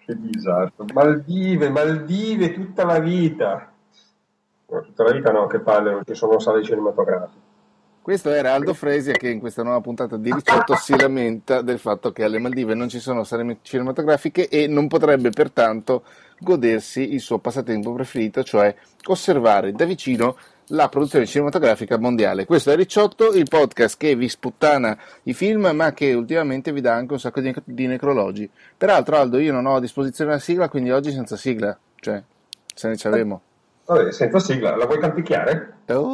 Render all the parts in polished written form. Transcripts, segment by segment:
Che disastro. Maldive tutta la vita. No, tutta la vita no, che palle, non ci sono sale cinematografiche. Questo era Aldo Fresia che in questa nuova puntata di Ricciotto si lamenta del fatto che alle Maldive non ci sono sale cinematografiche e non potrebbe pertanto godersi il suo passatempo preferito, cioè osservare da vicino la produzione cinematografica mondiale. Questo è Ricciotto, il podcast che vi sputtana i film ma che ultimamente vi dà anche un sacco di necrologi. Peraltro Aldo, io non ho a disposizione la sigla, quindi oggi senza sigla, cioè se ne ci avemo. Vabbè, senza sigla, la vuoi canticchiare?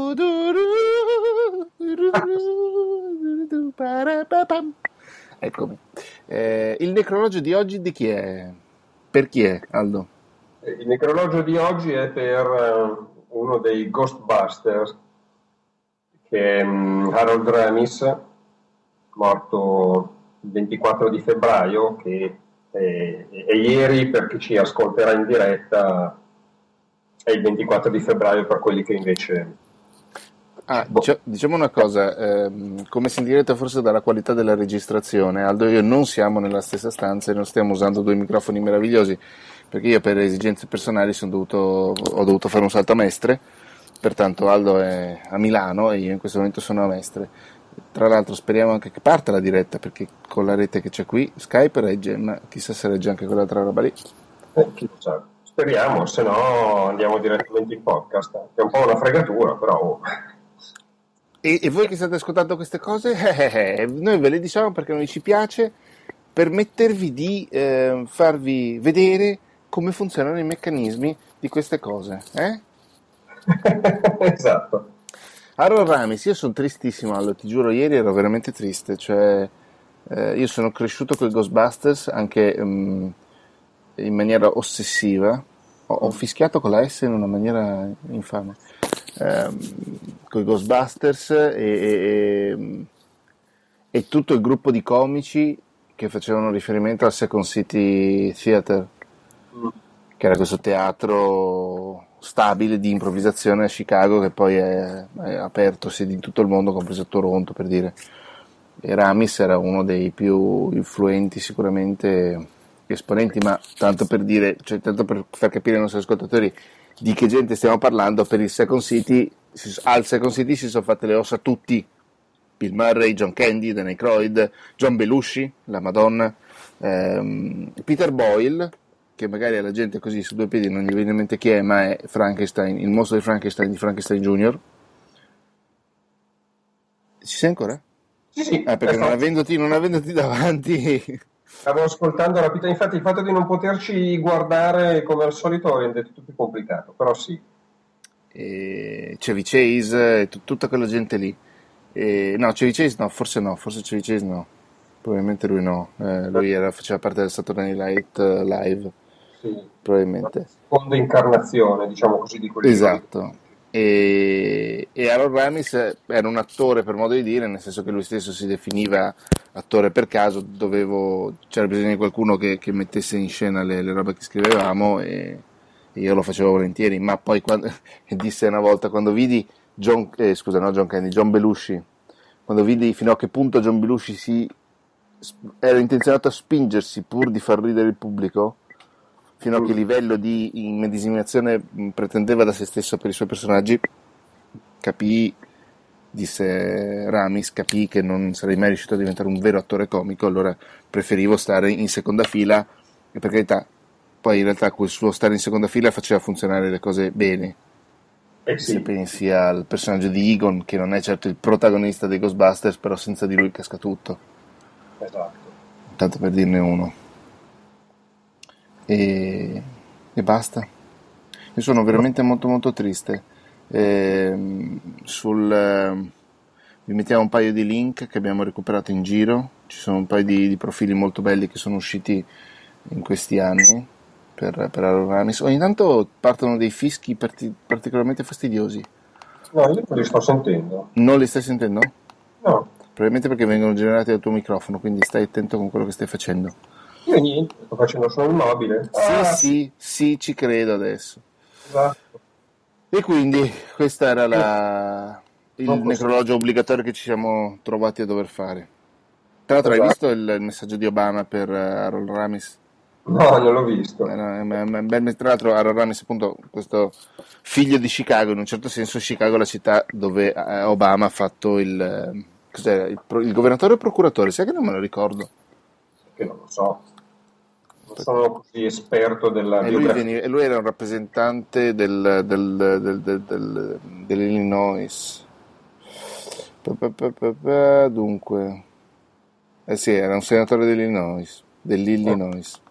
Eccomi. Il necrologio di oggi di chi è? Per chi è, Aldo? Il necrologio di oggi è per uno dei Ghostbusters, che è Harold Ramis, morto il 24 di febbraio, che è ieri per chi ci ascolterà in diretta, è il 24 di febbraio per quelli che invece... Diciamo una cosa, come sentirete forse dalla qualità della registrazione, Aldo e io non siamo nella stessa stanza e non stiamo usando due microfoni meravigliosi, perché io per esigenze personali ho dovuto fare un salto a Mestre, pertanto Aldo è a Milano e io in questo momento sono a Mestre. Tra l'altro speriamo anche che parta la diretta, perché con la rete che c'è qui Skype regge, ma chissà se regge anche quell'altra roba lì. Chi lo sa. Speriamo, se no andiamo direttamente in podcast, che è un po' una fregatura, però... E voi che state ascoltando queste cose, noi ve le diciamo perché noi ci piace permettervi di farvi vedere come funzionano i meccanismi di queste cose. Esatto. Harold Ramis, io sono tristissimo, Aldo, ti giuro, ieri ero veramente triste, cioè io sono cresciuto con i Ghostbusters anche in maniera ossessiva, ho fischiato con la S in una maniera infame. Con i Ghostbusters e tutto il gruppo di comici che facevano riferimento al Second City Theater, che era questo teatro stabile di improvvisazione a Chicago che poi è apertosi in tutto il mondo, compreso Toronto, per dire. E Ramis era uno dei più influenti sicuramente esponenti, ma tanto per dire, cioè tanto per far capire ai nostri ascoltatori di che gente stiamo parlando, per il Second City, al Second City si sono fatte le ossa tutti: Bill Murray, John Candy, Dan Aykroyd, John Belushi, la Madonna, Peter Boyle, che magari alla gente così su due piedi non gli viene in mente chi è, ma è Frankenstein, il mostro di Frankenstein Junior. Ci sei ancora? Sì. Perché non avendoti davanti... Stavo ascoltando rapidamente, infatti il fatto di non poterci guardare come al solito rende tutto più complicato, però sì. Chevy Chase, tutta quella gente lì. No, Chevy Chase no, forse Chevy Chase no, probabilmente lui no, faceva parte del Saturday Night Live, Sì. probabilmente. La seconda incarnazione, diciamo così, di quelli. Esatto. E Harold Ramis era un attore per modo di dire, nel senso che lui stesso si definiva attore per caso, c'era bisogno di qualcuno che mettesse in scena le robe che scrivevamo e io lo facevo volentieri, ma poi disse una volta, quando vidi John Belushi, quando vidi fino a che punto John Belushi era intenzionato a spingersi pur di far ridere il pubblico, fino a che livello di immedesimazione pretendeva da se stesso per i suoi personaggi, disse Ramis, capì che non sarei mai riuscito a diventare un vero attore comico, allora preferivo stare in seconda fila, e per carità, poi in realtà quel suo stare in seconda fila faceva funzionare le cose bene. Sì. Se pensi al personaggio di Egon, che non è certo il protagonista dei Ghostbusters, però senza di lui casca tutto. Esatto. Tanto per dirne uno. E basta. Io sono veramente molto molto triste. Vi mettiamo un paio di link che abbiamo recuperato in giro. Ci sono un paio di profili molto belli che sono usciti in questi anni per Harold Ramis. Ogni tanto partono dei fischi particolarmente fastidiosi. No, io non li sto sentendo. Non li stai sentendo? No. Probabilmente perché vengono generati dal tuo microfono, quindi stai attento con quello che stai facendo. Io niente, sto facendo solo il mobile. Sì, ci credo adesso. Esatto. E quindi questo era il necrologio obbligatorio che ci siamo trovati a dover fare. Tra l'altro hai visto il messaggio di Obama per Harold Ramis? No, non l'ho visto. Tra l'altro Harold Ramis, appunto, questo figlio di Chicago, in un certo senso Chicago è la città dove Obama ha fatto cos'era, il governatore o il procuratore? Sai che non me lo ricordo. Che non lo so. Non sono così esperto della E lui, biografia. e lui era un rappresentante dell'Illinois. Dunque, eh sì, era un senatore dell'Illinois.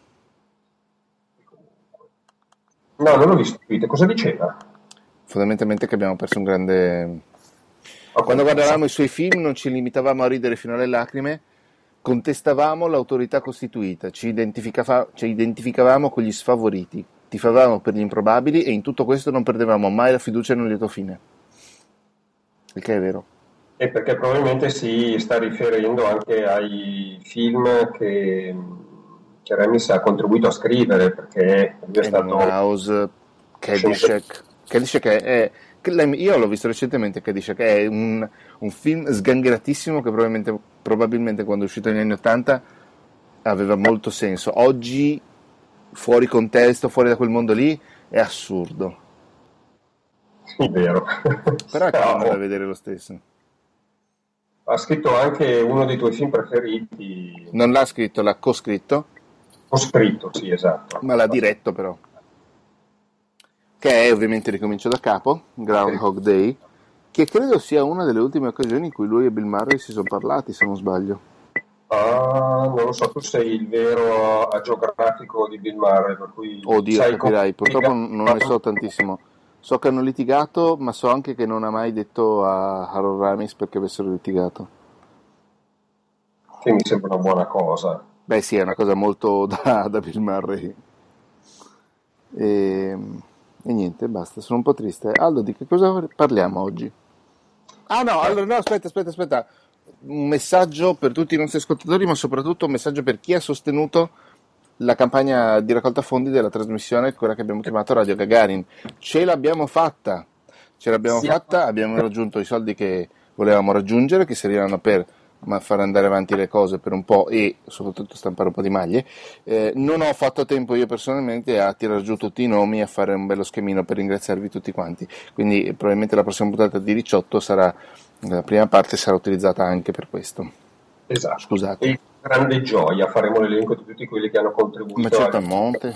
No, non l'ho visto. Cosa diceva? Fondamentalmente che abbiamo perso un grande... Ok, Quando non so. guardavamo i suoi film non ci limitavamo a ridere fino alle lacrime, contestavamo l'autorità costituita, ci identificavamo con gli sfavoriti, tifavamo per gli improbabili e in tutto questo non perdevamo mai la fiducia in un lieto fine. Il che è vero. E perché probabilmente si sta riferendo anche ai film che Remis ha contribuito a scrivere, perché lui è Animal stato House, Caddyshack. Caddyshack io l'ho visto recentemente, Caddyshack è un film sgangheratissimo che probabilmente quando è uscito negli anni '80 aveva molto senso. Oggi, fuori contesto, fuori da quel mondo lì, è assurdo. sì, vero. Però è carino da Però vedere lo stesso. ha scritto anche uno dei tuoi film preferiti, Non l'ha scritto, l'ha coscritto, ho scritto, sì, esatto. ma l'ha diretto però. Che è ovviamente Ricomincio da capo, Groundhog Day, che credo sia una delle ultime occasioni in cui lui e Bill Murray si sono parlati, se non sbaglio. Ah, non lo so, tu sei il vero agiografico di Bill Murray, per cui Oddio, sai come... capirai, purtroppo non ne so tantissimo. So che hanno litigato, ma so anche che non ha mai detto a Harold Ramis perché avessero litigato. Che mi sembra una buona cosa. Beh sì, è una cosa molto da Bill Murray. E, e niente, basta, sono un po' triste. Aldo, di che cosa parliamo oggi? Ah no, allora no, aspetta. Un messaggio per tutti i nostri ascoltatori, ma soprattutto un messaggio per chi ha sostenuto la campagna di raccolta fondi della trasmissione, quella che abbiamo chiamato Radio Gagarin. Ce l'abbiamo fatta, abbiamo raggiunto i soldi che volevamo raggiungere, che serviranno per far andare avanti le cose per un po' e soprattutto stampare un po' di maglie. Non ho fatto tempo io personalmente a tirar giù tutti i nomi e a fare un bello schemino per ringraziarvi tutti quanti, quindi probabilmente la prossima puntata di Ricciotto sarà, la prima parte sarà utilizzata anche per questo. Esatto. Scusate. E grande gioia faremo l'elenco di tutti quelli che hanno Ma contribuito. certamente.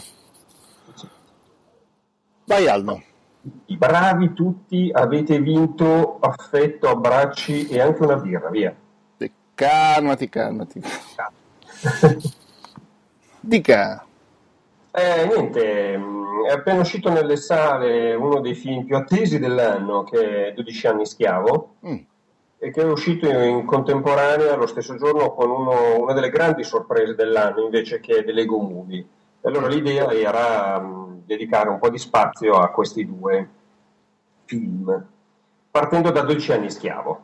Vai Aldo. I bravi tutti, avete vinto affetto, abbracci e anche una birra, via. Calmati. Dica. Niente, è appena uscito nelle sale uno dei film più attesi dell'anno, che è 12 anni schiavo, e che è uscito in contemporanea lo stesso giorno con una delle grandi sorprese dell'anno, invece, che è The Lego Movie. E allora l'idea era dedicare un po' di spazio a questi due film, partendo da 12 anni schiavo.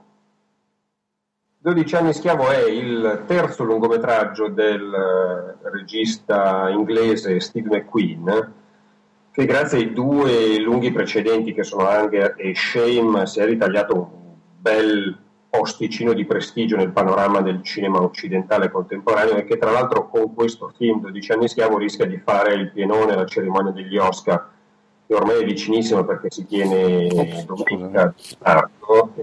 12 anni schiavo è il terzo lungometraggio del regista inglese Steve McQueen, che grazie ai due lunghi precedenti che sono Hunger e Shame si è ritagliato un bel posticino di prestigio nel panorama del cinema occidentale contemporaneo, e che tra l'altro con questo film 12 anni schiavo rischia di fare il pienone alla cerimonia degli Oscar, che ormai è vicinissima perché si tiene domenica tardo.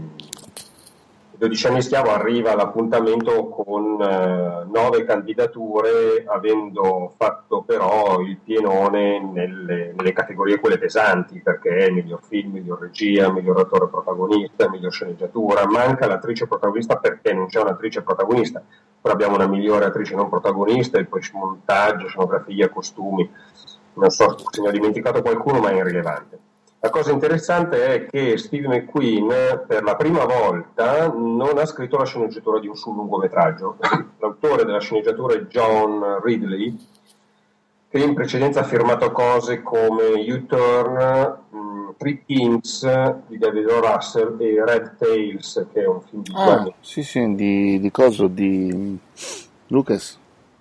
12 anni schiavo arriva all'appuntamento con 9 candidature, avendo fatto però il pienone nelle categorie quelle pesanti, perché miglior film, miglior regia, miglior attore protagonista, miglior sceneggiatura. Manca l'attrice protagonista perché non c'è un'attrice protagonista, però abbiamo una migliore attrice non protagonista, e poi montaggio, scenografia, costumi. Non so se ne ho dimenticato qualcuno, ma è irrilevante. La cosa interessante è che Steve McQueen per la prima volta non ha scritto la sceneggiatura di un suo lungometraggio. L'autore della sceneggiatura è John Ridley, che in precedenza ha firmato cose come U-Turn, Three Kings di David O. Russell e Red Tails, che è un film di Gianni. Sì, di coso, di Lucas.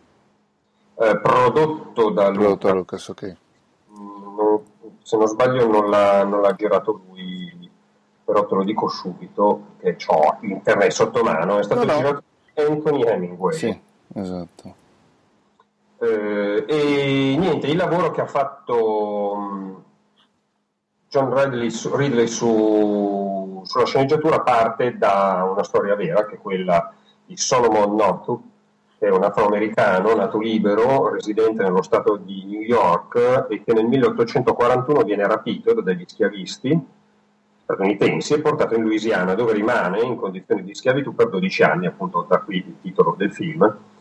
Prodotto da Lucas, ok. Se non sbaglio non l'ha girato lui, però te lo dico subito che ho internet sotto mano. È stato girato da Anthony Hemingway. Sì, esatto. E niente, il lavoro che ha fatto John Ridley sulla sceneggiatura parte da una storia vera, che è quella di Solomon Northup, che è un afroamericano nato libero, residente nello stato di New York, e che nel 1841 viene rapito da degli schiavisti statunitensi e portato in Louisiana, dove rimane in condizioni di schiavitù per 12 anni, appunto da qui il titolo del film.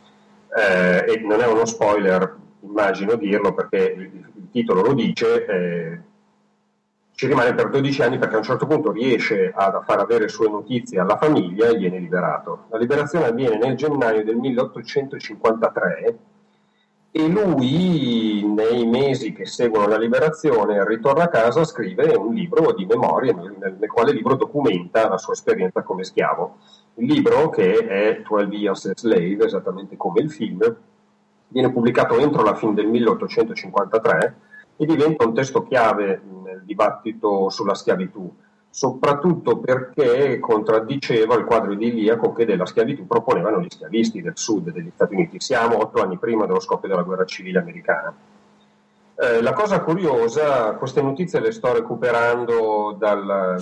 E non è uno spoiler, immagino dirlo, perché il titolo lo dice. Ci rimane per 12 anni perché a un certo punto riesce a far avere sue notizie alla famiglia e viene liberato. La liberazione avviene nel gennaio del 1853 e lui, nei mesi che seguono la liberazione, ritorna a casa, scrive un libro di memorie nel quale il libro documenta la sua esperienza come schiavo. Il libro, che è 12 Years a Slave, esattamente come il film, viene pubblicato entro la fine del 1853 e diventa un testo chiave nel dibattito sulla schiavitù, soprattutto perché contraddiceva il quadro idilliaco che della schiavitù proponevano gli schiavisti del sud degli Stati Uniti. Siamo 8 anni prima dello scoppio della guerra civile americana. La cosa curiosa, queste notizie le sto recuperando dal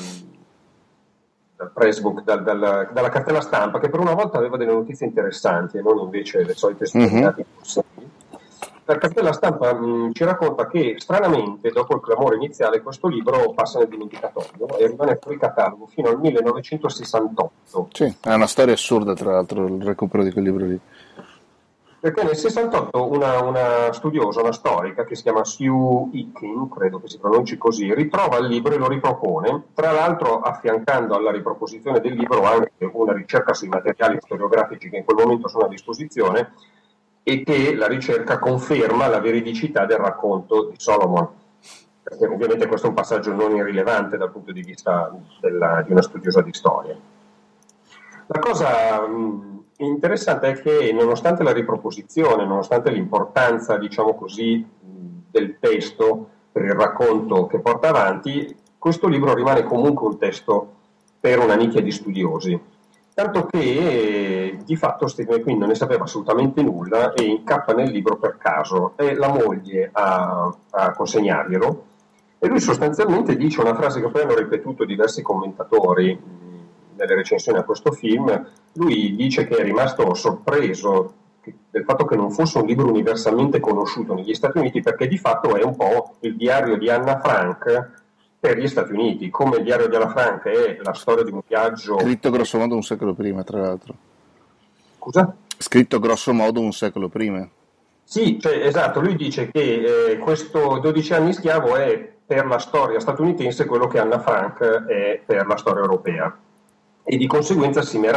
pressbook, dalla cartella stampa, che per una volta aveva delle notizie interessanti e non invece le solite studiate possibili. La cartella stampa ci racconta che stranamente dopo il clamore iniziale questo libro passa nel dimenticatoio e rimane fuori catalogo fino al 1968. Sì, è una storia assurda tra l'altro il recupero di quel libro lì. Perché nel 68 una studiosa, una storica che si chiama Sue Ikin, credo che si pronunci così, ritrova il libro e lo ripropone, tra l'altro affiancando alla riproposizione del libro anche una ricerca sui materiali storiografici che in quel momento sono a disposizione e che la ricerca conferma la veridicità del racconto di Solomon, perché ovviamente questo è un passaggio non irrilevante dal punto di vista di una studiosa di storia. La cosa interessante è che nonostante la riproposizione, nonostante l'importanza, diciamo così, del testo per il racconto che porta avanti, questo libro rimane comunque un testo per una nicchia di studiosi. Tanto che di fatto Stephen McQueen non ne sapeva assolutamente nulla e incappa nel libro per caso. È la moglie a consegnarglielo e lui sostanzialmente dice una frase che poi hanno ripetuto diversi commentatori nelle recensioni a questo film. Lui dice che è rimasto sorpreso del fatto che non fosse un libro universalmente conosciuto negli Stati Uniti, perché di fatto è un po' il diario di Anna Frank per gli Stati Uniti, come il diario di Anna Frank è la storia di un viaggio scritto grosso modo un secolo prima, tra l'altro. Scusa? Scritto grosso modo un secolo prima. Sì, cioè, esatto, lui dice che questo 12 anni schiavo è per la storia statunitense quello che Anna Frank è per la storia europea, e di conseguenza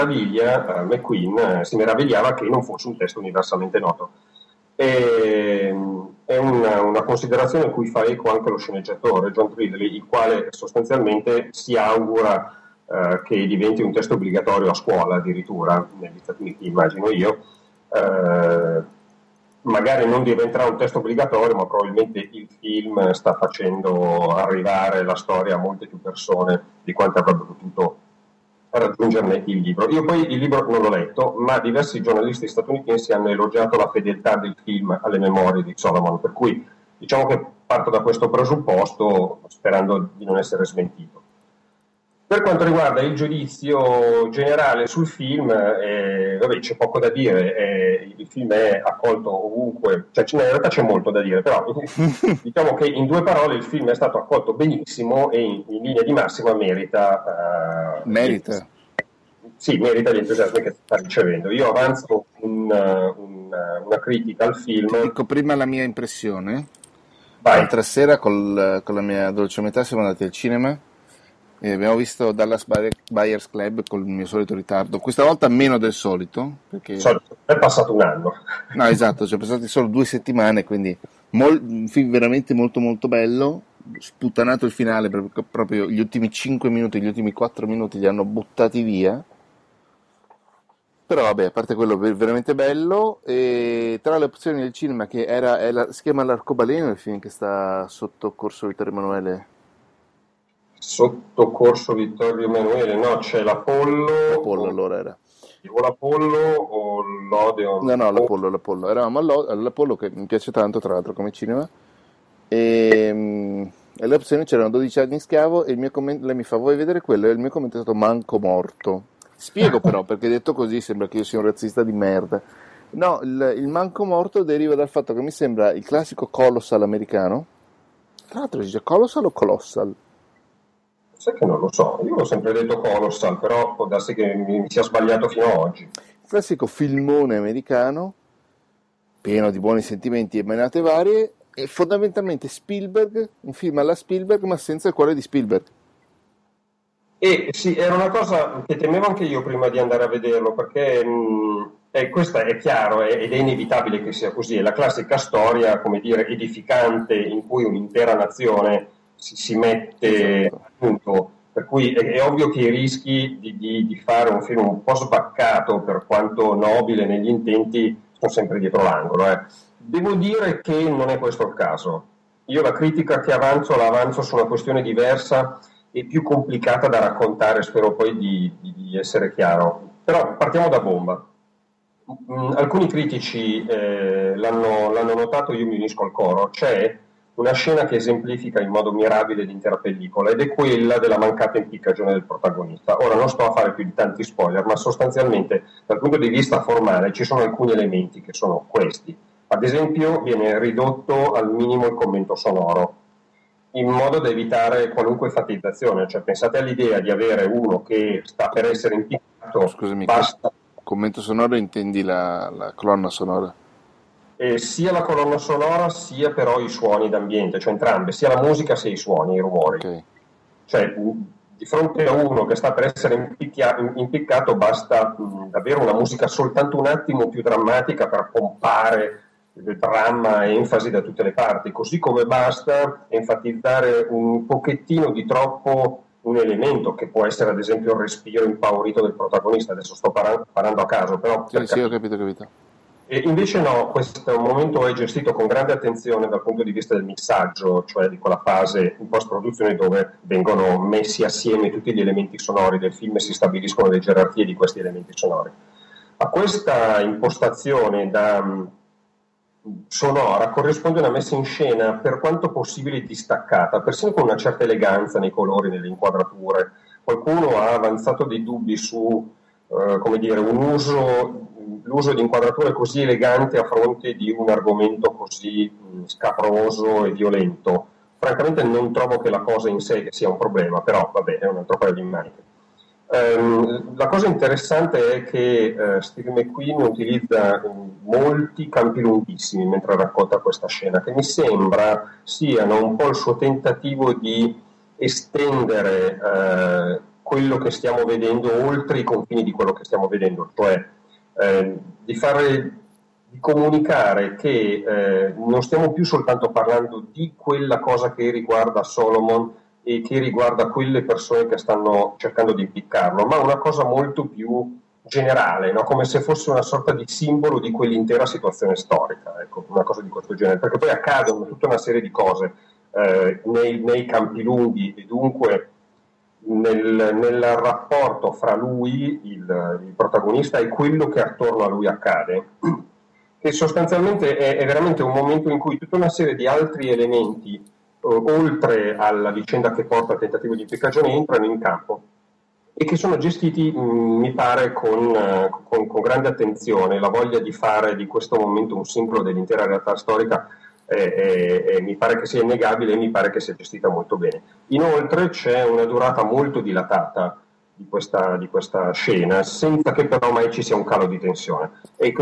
McQueen si meravigliava che non fosse un testo universalmente noto. È una considerazione a cui fa eco anche lo sceneggiatore John Ridley, il quale sostanzialmente si augura che diventi un testo obbligatorio a scuola addirittura negli Stati Uniti, immagino io. Magari non diventerà un testo obbligatorio, ma probabilmente il film sta facendo arrivare la storia a molte più persone di quanto avrebbe potuto raggiungerne il libro. Io poi il libro non l'ho letto, ma diversi giornalisti statunitensi hanno elogiato la fedeltà del film alle memorie di Solomon, per cui diciamo che parto da questo presupposto sperando di non essere smentito. Per quanto riguarda il giudizio generale sul film, c'è poco da dire, il film è accolto ovunque, cioè in realtà c'è molto da dire, però diciamo che in 2 parole il film è stato accolto benissimo e in linea di massima merita. Sì, merita gli entusiasmi che sta ricevendo. Io avanzo una critica al film. Dico prima la mia impressione. Vai. L'altra sera con la mia dolce metà siamo andati al cinema e abbiamo visto Dallas Buyers Club con il mio solito ritardo, questa volta meno del solito perché è passato un anno. No, esatto, ci sono passati solo 2 settimane, quindi un film veramente molto molto bello, sputtanato il finale, proprio gli ultimi 5 minuti, gli ultimi 4 minuti li hanno buttati via, però vabbè, a parte quello veramente bello. E tra le opzioni del cinema che si chiama L'Arcobaleno, il film che sta sotto Corso Vittorio Emanuele. Sotto Corso Vittorio Emanuele, no, c'è l'Apollo. Allora era. o l'Apollo o l'Odeon. No, l'Apollo. Eravamo all'Apollo, che mi piace tanto, tra l'altro, come cinema. E alle opzioni c'erano 12 anni in schiavo e il mio commento, lei mi fa: vuoi vedere quello? E il mio commento è stato manco morto. Spiego però, perché detto così sembra che io sia un razzista di merda. No, il manco morto deriva dal fatto che mi sembra il classico Colossal americano. Tra l'altro si dice Colossal o Colossal? Sai che non lo so, io ho sempre detto Colossal, però può darsi che mi sia sbagliato fino ad oggi. Il classico filmone americano, pieno di buoni sentimenti e menate varie, e fondamentalmente Spielberg, un film alla Spielberg ma senza il cuore di Spielberg. E sì, era una cosa che temevo anche io prima di andare a vederlo, perché questo è chiaro ed è inevitabile che sia così, è la classica storia, come dire, edificante in cui un'intera nazione si mette Esatto. a punto, per cui è ovvio che i rischi di fare un film un po' sbaccato, per quanto nobile negli intenti, sono sempre dietro l'angolo. Devo dire che non è questo il caso. Io la critica che la avanzo su una questione diversa e più complicata da raccontare, spero poi di essere chiaro. Però partiamo da bomba. Alcuni critici l'hanno notato, io mi unisco al coro. C'è una scena che esemplifica in modo mirabile l'intera pellicola ed è quella della mancata impiccagione del protagonista. Ora non sto a fare più di tanti spoiler, ma sostanzialmente dal punto di vista formale ci sono alcuni elementi che sono questi. Ad esempio viene ridotto al minimo il commento sonoro, in modo da evitare qualunque enfatizzazione. Cioè, pensate all'idea di avere uno che sta per essere impiccato, Scusami, basta. commento sonoro intendi la colonna sonora? Sia la colonna sonora sia però i suoni d'ambiente, cioè entrambe, sia la musica sia i suoni, i rumori. Ok. Cioè, di fronte a uno che sta per essere impiccato basta avere una musica soltanto un attimo più drammatica per pompare il dramma e enfasi da tutte le parti, così come basta enfatizzare un pochettino di troppo un elemento che può essere ad esempio il respiro impaurito del protagonista. Adesso sto parlando a caso, però Sì, ho capito. E invece no, questo momento è gestito con grande attenzione dal punto di vista del mixaggio, cioè di quella fase in post-produzione dove vengono messi assieme tutti gli elementi sonori del film e si stabiliscono le gerarchie di questi elementi sonori. A questa impostazione sonora corrisponde una messa in scena per quanto possibile distaccata, persino con una certa eleganza nei colori, nelle inquadrature. Qualcuno ha avanzato dei dubbi su come dire, l'uso di inquadrature così eleganti a fronte di un argomento così scabroso e violento. Francamente non trovo che la cosa in sé sia un problema, però vabbè, è un altro paio di maniche. La cosa interessante è che Steve McQueen utilizza molti campi lunghissimi mentre racconta questa scena, che mi sembra siano un po' il suo tentativo di estendere quello che stiamo vedendo oltre i confini di quello che stiamo vedendo, cioè di comunicare che non stiamo più soltanto parlando di quella cosa che riguarda Solomon e che riguarda quelle persone che stanno cercando di impiccarlo, ma una cosa molto più generale, no? Come se fosse una sorta di simbolo di quell'intera situazione storica, ecco, una cosa di questo genere, perché poi accadono tutta una serie di cose nei campi lunghi e dunque nel rapporto fra lui, il protagonista, e quello che attorno a lui accade, che sostanzialmente è veramente un momento in cui tutta una serie di altri elementi, oltre alla vicenda che porta al tentativo di impiccagione, entrano in campo e che sono gestiti, mi pare, con grande attenzione. La voglia di fare di questo momento un simbolo dell'intera realtà storica mi pare che sia innegabile e mi pare che sia gestita molto bene. Inoltre c'è una durata molto dilatata di questa scena, senza che però mai ci sia un calo di tensione. Ecco,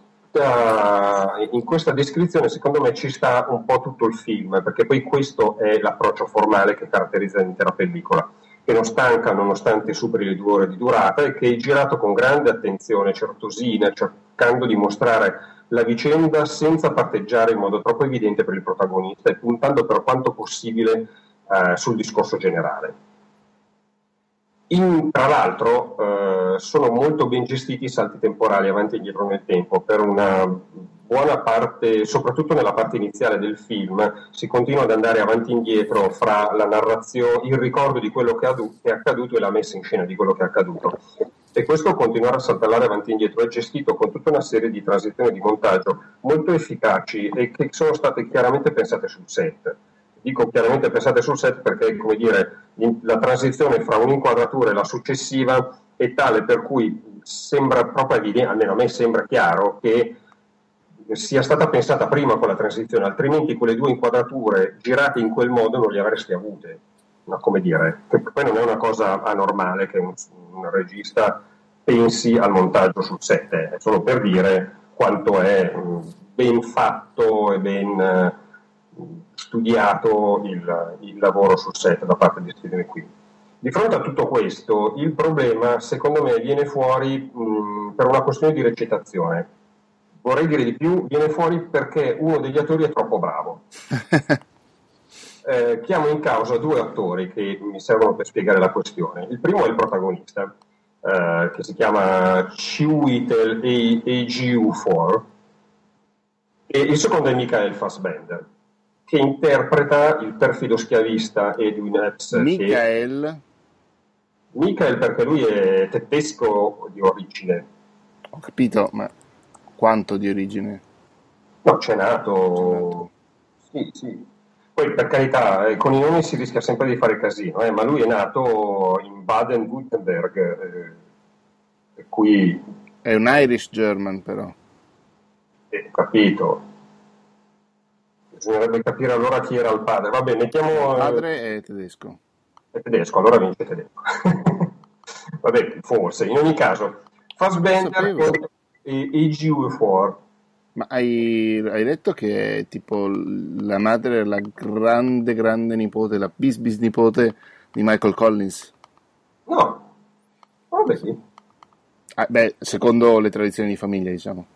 in questa descrizione secondo me ci sta un po' tutto il film, perché poi questo è l'approccio formale che caratterizza l'intera pellicola, che non stanca nonostante superi le 2 ore di durata e che è girato con grande attenzione, certosina, cercando di mostrare la vicenda senza parteggiare in modo troppo evidente per il protagonista e puntando per quanto possibile sul discorso generale. Tra l'altro sono molto ben gestiti i salti temporali avanti e indietro nel tempo. Per una buona parte, soprattutto nella parte iniziale del film, si continua ad andare avanti e indietro fra la narrazione, il ricordo di quello che è accaduto e la messa in scena di quello che è accaduto. e questo continuare a saltellare avanti e indietro è gestito con tutta una serie di transizioni di montaggio molto efficaci e che sono state chiaramente pensate sul set. Dico chiaramente pensate sul set perché, come dire, la transizione fra un'inquadratura e la successiva è tale per cui sembra proprio evidente, almeno a me sembra chiaro, che sia stata pensata prima quella transizione, altrimenti quelle due inquadrature girate in quel modo non le avresti avute. No, come dire, che poi non è una cosa anormale che un regista pensi al montaggio sul set, è solo per dire quanto è ben fatto e ben studiato il lavoro sul set da parte di Stephen King. Di fronte a tutto questo, il problema secondo me viene fuori per una questione di recitazione. Vorrei dire di più, viene fuori perché uno degli attori è troppo bravo. Chiamo in causa due attori che mi servono per spiegare la questione. Il primo è il protagonista, che si chiama Chiwetel Ejiofor, e il secondo è Michael Fassbender, che interpreta il perfido schiavista Edwin Epps. Michael perché lui è tedesco di origine. Ho capito, ma quanto di origine? No, c'è nato. Sì. Poi per carità, con i nomi si rischia sempre di fare casino, ma lui è nato in Baden-Württemberg, per cui... È un Irish German però. Capito. Bisognerebbe capire allora chi era il padre. Vabbè, mettiamo... Il padre è tedesco. È tedesco, allora vince tedesco. Vabbè, forse. In ogni caso, Fassbender e Ejiofor. Ma hai detto che è tipo la madre è la grande nipote, la bisnipote di Michael Collins? No. Vabbè, sì. Secondo le tradizioni di famiglia, diciamo.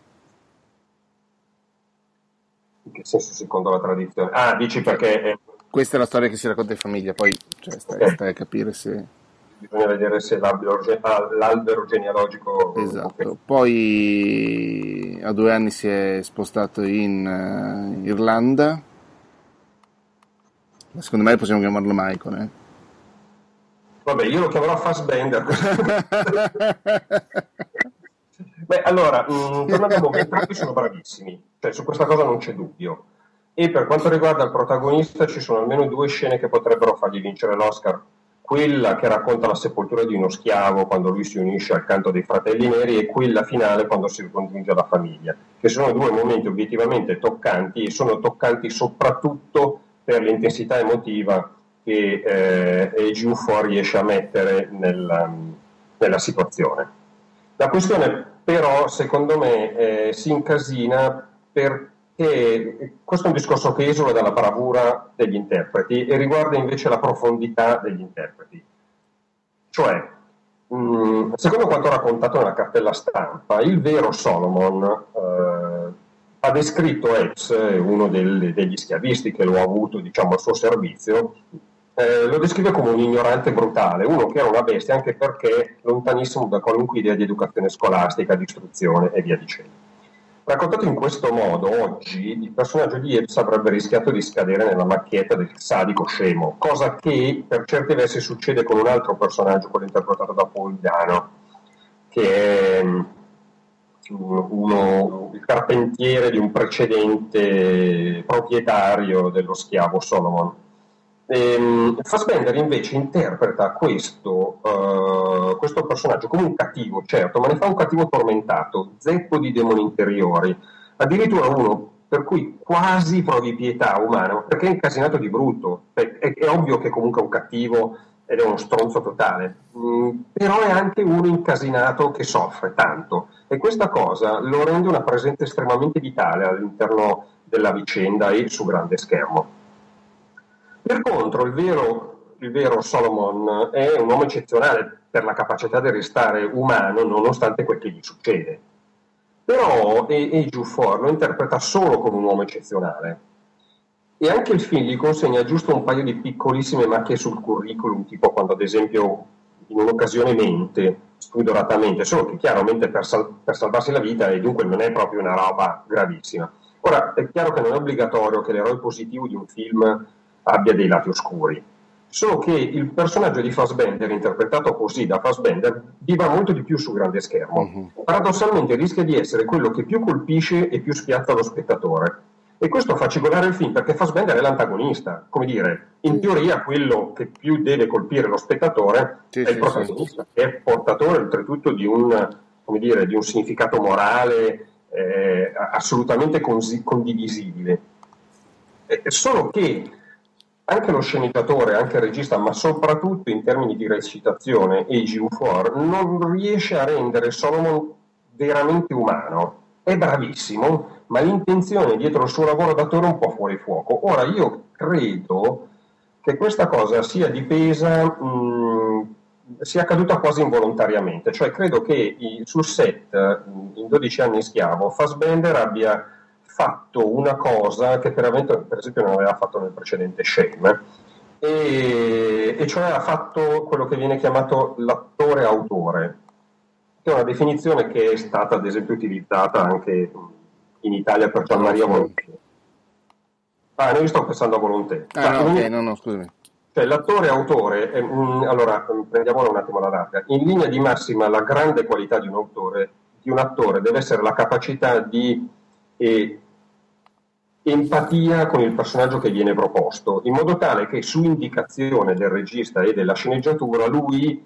In che senso secondo la tradizione? Ah, dici perché... Questa è la storia che si racconta in famiglia, poi stai a capire se... Bisogna vedere se l'albero genealogico... Esatto, okay. Poi a 2 anni si è spostato in Irlanda, secondo me possiamo chiamarlo Michael. Vabbè, io lo chiamerò Fassbender. Beh, allora, tornando a voi, entrambi sono bravissimi, cioè su questa cosa non c'è dubbio. E per quanto riguarda il protagonista ci sono almeno 2 scene che potrebbero fargli vincere l'Oscar. Quella che racconta la sepoltura di uno schiavo quando lui si unisce al canto dei fratelli neri e quella finale quando si ricongiunge alla famiglia, che sono 2 momenti obiettivamente toccanti e sono toccanti soprattutto per l'intensità emotiva che Ejiofor riesce a mettere nella situazione. La questione però secondo me si incasina perché questo è un discorso che esula dalla bravura degli interpreti e riguarda invece la profondità degli interpreti. Cioè, secondo quanto raccontato nella cartella stampa, il vero Solomon ha descritto Epps, uno degli schiavisti che lo ha avuto, diciamo, al suo servizio, lo descrive come un ignorante brutale, uno che era una bestia anche perché lontanissimo da qualunque idea di educazione scolastica, di istruzione e via dicendo. Raccontato in questo modo, oggi il personaggio di Epps avrebbe rischiato di scadere nella macchietta del sadico scemo, cosa che per certi versi succede con un altro personaggio, quello interpretato da Paul Dano, che è il carpentiere di un precedente proprietario dello schiavo Solomon. Fassbender invece interpreta questo personaggio come un cattivo, certo, ma ne fa un cattivo tormentato, zeppo di demoni interiori, addirittura uno per cui quasi provi pietà umana, perché è incasinato di brutto. È ovvio che comunque è un cattivo ed è uno stronzo totale, però è anche uno incasinato che soffre tanto, e questa cosa lo rende una presenza estremamente vitale all'interno della vicenda e su grande schermo. Per contro, il vero Solomon è un uomo eccezionale per la capacità di restare umano nonostante quel che gli succede. Però Ejiofor lo interpreta solo come un uomo eccezionale. E anche il film gli consegna giusto un paio di piccolissime macchie sul curriculum, tipo quando ad esempio in un'occasione mente spudoratamente, solo che chiaramente per salvarsi la vita, e dunque non è proprio una roba gravissima. Ora, è chiaro che non è obbligatorio che l'eroe positivo di un film abbia dei lati oscuri, solo che il personaggio di Fassbender, interpretato così da Fassbender, viva molto di più sul grande schermo. Paradossalmente rischia di essere quello che più colpisce e più spiazza lo spettatore. E questo fa cigolare il film, perché Fassbender è l'antagonista. Come dire, in teoria quello che più deve colpire lo spettatore è il protagonista, che è portatore oltretutto di un, come dire, di un significato morale assolutamente condivisibile. Solo che anche lo sceneggiatore, anche il regista, ma soprattutto in termini di recitazione, Ejiofor non riesce a rendere Solomon veramente umano. È bravissimo, ma l'intenzione dietro il suo lavoro d'attore è un po' fuori fuoco. Ora, io credo che questa cosa sia dipesa, sia accaduta quasi involontariamente. Cioè, credo che sul set, in 12 anni schiavo, Fassbender abbia fatto una cosa che per esempio non aveva fatto nel precedente Shame, e cioè ha fatto quello che viene chiamato l'attore autore, che è una definizione che è stata ad esempio utilizzata anche in Italia per Gian Maria Volonté. Io sto pensando a Volonté. No, scusami. Cioè, l'attore autore, allora prendiamolo un attimo alla larga. In linea di massima la grande qualità di un attore deve essere la capacità di empatia con il personaggio che viene proposto, in modo tale che su indicazione del regista e della sceneggiatura lui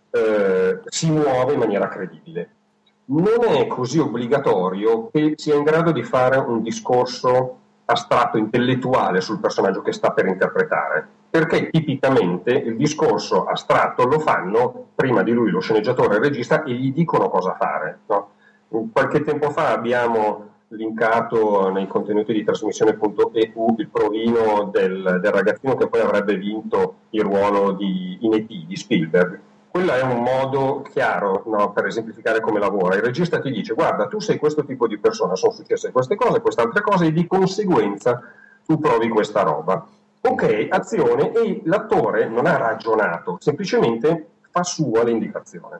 si muove in maniera credibile. Non è così obbligatorio che sia in grado di fare un discorso astratto, intellettuale sul personaggio che sta per interpretare, perché tipicamente il discorso astratto lo fanno prima di lui lo sceneggiatore e il regista e gli dicono cosa fare, no? Qualche tempo fa abbiamo linkato nei contenuti di trasmissione.eu il provino del ragazzino che poi avrebbe vinto il ruolo di E.T. di Spielberg. Quello è un modo chiaro, no, per esemplificare come lavora. Il regista ti dice: guarda, tu sei questo tipo di persona, sono successe queste cose, queste altre cose, e di conseguenza tu provi questa roba. Ok, azione, e l'attore non ha ragionato, semplicemente fa sua l'indicazione.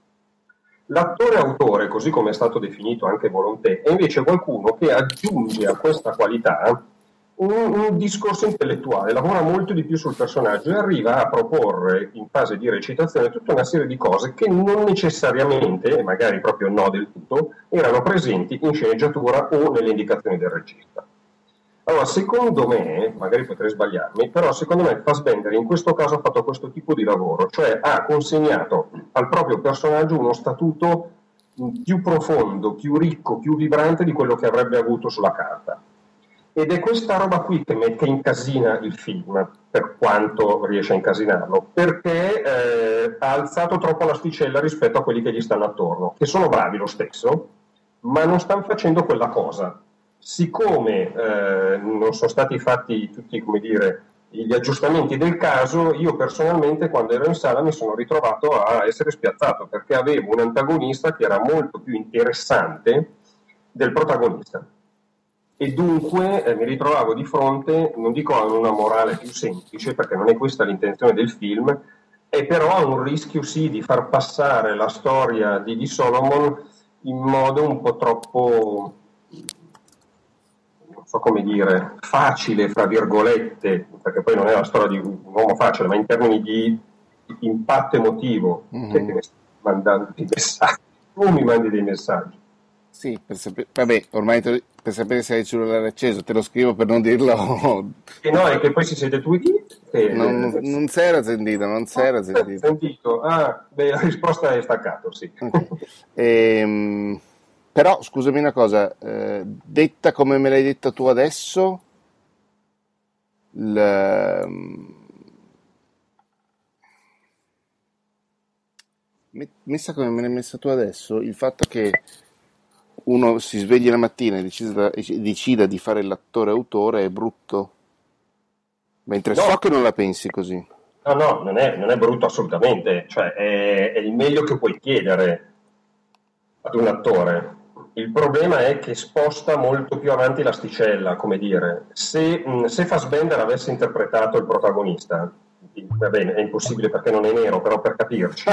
L'attore autore, così come è stato definito anche Volonté, è invece qualcuno che aggiunge a questa qualità un discorso intellettuale, lavora molto di più sul personaggio e arriva a proporre in fase di recitazione tutta una serie di cose che non necessariamente, e magari proprio no del tutto, erano presenti in sceneggiatura o nelle indicazioni del regista. Allora, secondo me, magari potrei sbagliarmi, però secondo me Fassbender in questo caso ha fatto questo tipo di lavoro, cioè ha consegnato al proprio personaggio uno statuto più profondo, più ricco, più vibrante di quello che avrebbe avuto sulla carta. Ed è questa roba qui che incasina il film, per quanto riesce a incasinarlo, perché ha alzato troppo l'asticella rispetto a quelli che gli stanno attorno, che sono bravi lo stesso, ma non stanno facendo quella cosa. Siccome non sono stati fatti tutti, come dire, gli aggiustamenti del caso, io personalmente quando ero in sala mi sono ritrovato a essere spiazzato, perché avevo un antagonista che era molto più interessante del protagonista. E dunque mi ritrovavo di fronte, non dico a una morale più semplice, perché non è questa l'intenzione del film, è però a un rischio sì di far passare la storia di Solomon in modo un po' troppo, non so come dire, facile, fra virgolette, perché poi non è la storia di un uomo facile, ma in termini di impatto emotivo, che mi stai mandando dei messaggi, tu mi mandi dei messaggi. Sì, vabbè, ormai per sapere se hai il cellulare acceso, te lo scrivo per non dirlo. E no, è che poi si sente non si era sentito, non si era sentito. La risposta è staccato, sì. Okay. Però, scusami una cosa, detta come me l'hai detta tu adesso, messa come me l'hai messa tu adesso, il fatto che uno si sveglia la mattina e decida di fare l'attore autore è brutto, mentre no. So che non la pensi così. No, non è brutto assolutamente, cioè è il meglio che puoi chiedere ad un attore. Il problema è che sposta molto più avanti l'asticella, come dire. Se Fassbender avesse interpretato il protagonista, va bene, è impossibile perché non è nero, però per capirci.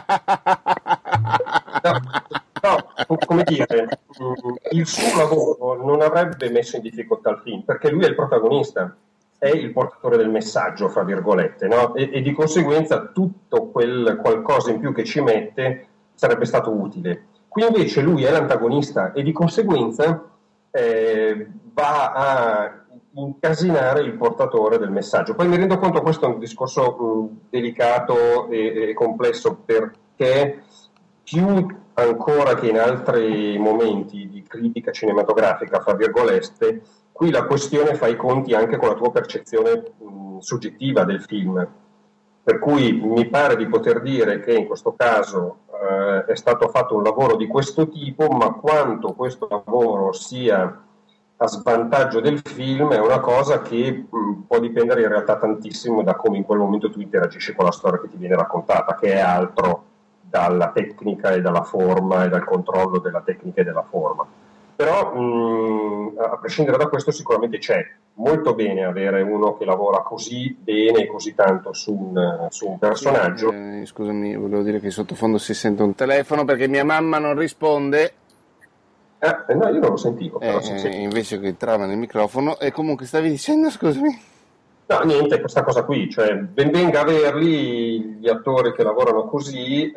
No, come dire, il suo lavoro non avrebbe messo in difficoltà il film, perché lui è il protagonista. è il portatore del messaggio, fra virgolette, no? E di conseguenza tutto quel qualcosa in più che ci mette sarebbe stato utile. Qui invece lui è l'antagonista e di conseguenza va a incasinare il portatore del messaggio. Poi mi rendo conto, questo è un discorso delicato e complesso, perché più ancora che in altri momenti di critica cinematografica, fra virgolette, qui la questione fa i conti anche con la tua percezione soggettiva del film. Per cui mi pare di poter dire che in questo caso è stato fatto un lavoro di questo tipo, ma quanto questo lavoro sia a svantaggio del film è una cosa che può dipendere in realtà tantissimo da come in quel momento tu interagisci con la storia che ti viene raccontata, che è altro dalla tecnica e dalla forma e dal controllo della tecnica e della forma. Però a prescindere da questo sicuramente c'è molto bene avere uno che lavora così bene e così tanto su un personaggio. Scusami, volevo dire che in sottofondo si sente un telefono perché mia mamma non risponde. No, io non lo sentivo. Però invece che entrava nel microfono. E comunque stavi dicendo, scusami? No, niente, questa cosa qui, cioè ben venga averli gli attori che lavorano così.